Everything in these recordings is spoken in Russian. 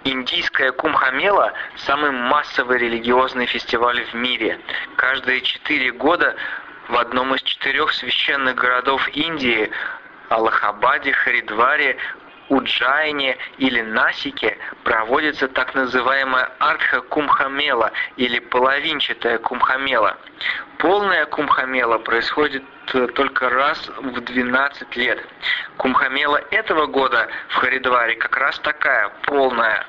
Индийская Кумбх-мела – самый массовый религиозный фестиваль в мире. Каждые 4 года в одном из 4 священных городов Индии – Аллахабаде, Харидваре, Уджайне или Насике проводится так называемая Ардха-Кумбх-мела или половинчатая Кумбх-мела. Полная Кумбх-мела происходит только раз в 12 лет. Кумбх-мела этого года в Харидваре как раз такая, полная.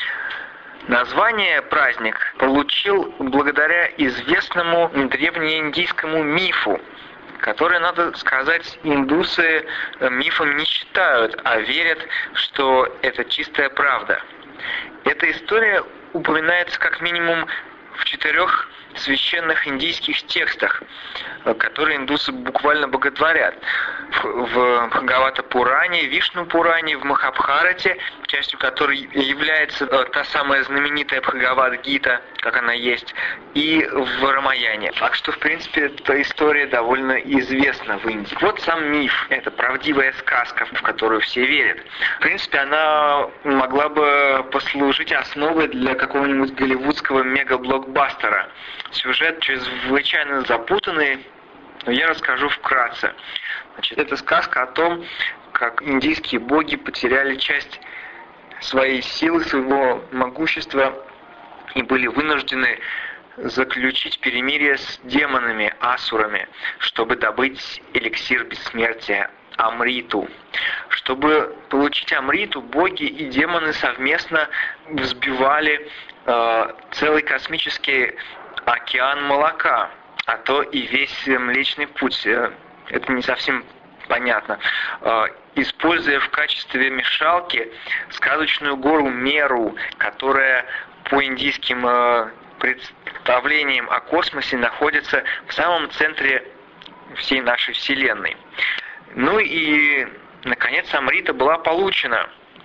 Название праздник получил благодаря известному древнеиндийскому мифу, который, надо сказать, индусы мифом не считают, а верят, что это чистая правда. Эта история упоминается как минимум в 4 священных индийских текстах, которые индусы буквально боготворят. В Бхагавата-пуране, Вишну-пуране, в Махабхарате, частью которой является та самая знаменитая Бхагавад-гита, как она есть, и в Рамаяне. Так что, в принципе, эта история довольно известна в Индии. Вот сам миф, это правдивая сказка, в которую все верят. В принципе, она могла бы послужить основой для какого-нибудь голливудского мегаблокбастера. Сюжет чрезвычайно запутанный, но я расскажу вкратце. Значит, это сказка о том, как индийские боги потеряли часть своей силы, своего могущества и были вынуждены заключить перемирие с демонами, асурами, чтобы добыть эликсир бессмертия, Амриту. Чтобы получить Амриту, боги и демоны совместно взбивали целый космический океан молока, а то и весь Млечный Путь. Это не совсем понятно. Используя в качестве мешалки сказочную гору Меру, которая по индийским представлениям о космосе находится в самом центре всей нашей Вселенной. Ну и, наконец, Амрита была получена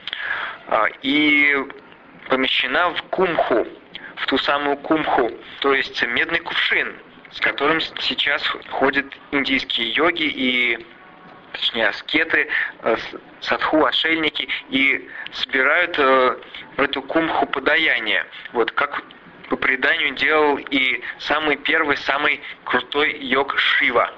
и помещена в кумху, в ту самую кумху, то есть медный кувшин, с которым сейчас ходят индийские йоги и, точнее, аскеты, садху-отшельники и собирают в эту кумху подаяние. Вот как по преданию делал и самый первый, самый крутой йог Шива.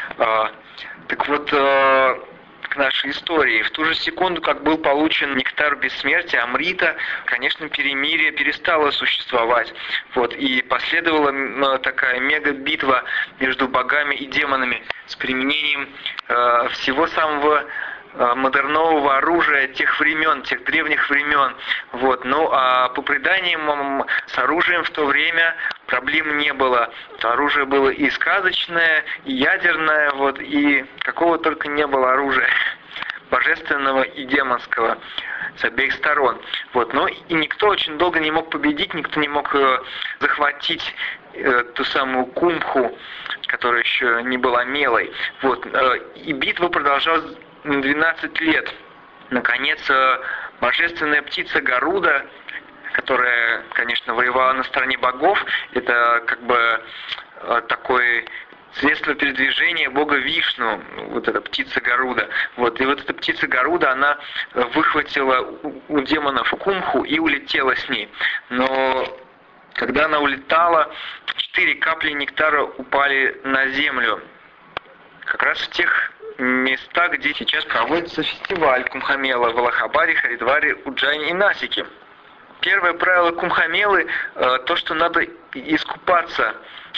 Так вот, к нашей истории. В ту же секунду, как был получен нектар бессмертия, Амрита, конечно, перемирие перестало существовать. Вот, и последовала такая мега-битва между богами и демонами с применением всего самого модернового оружия тех времен, тех древних времен. Вот. Ну, а по преданиям, с оружием в то время проблем не было. Оружие было и сказочное, и ядерное, вот, и какого только не было оружия, божественного и демонского, с обеих сторон. Вот. Но и никто очень долго не мог победить, никто не мог захватить ту самую кумху, которая еще не была мелой. Вот. И битва продолжалась 12 лет. Наконец, божественная птица Гаруда, которая, конечно, воевала на стороне богов, это как бы такое средство передвижения бога Вишну, вот эта птица Гаруда. Вот. И вот эта птица Гаруда, она выхватила у демонов кумху и улетела с ней. Но когда она улетала, 4 капли нектара упали на землю. Как раз в тех места, где сейчас проводится фестиваль Кумбх-мела в Аллахабаде, Харидваре, Уджайне и Насике. Первое правило Кумбх-мелы – то, что надо искупаться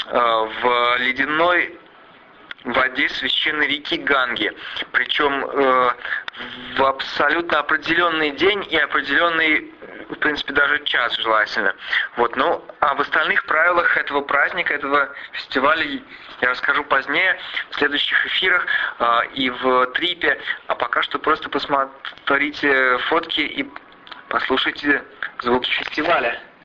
в ледяной воде священной реки Ганги. Причем в абсолютно определенный день и определенный, в принципе, даже час желательно. Вот. Ну, а в остальных правилах этого праздника, этого фестиваля я расскажу позднее, в следующих эфирах и в Трипе. А пока что просто посмотрите фотки и послушайте звуки фестиваля.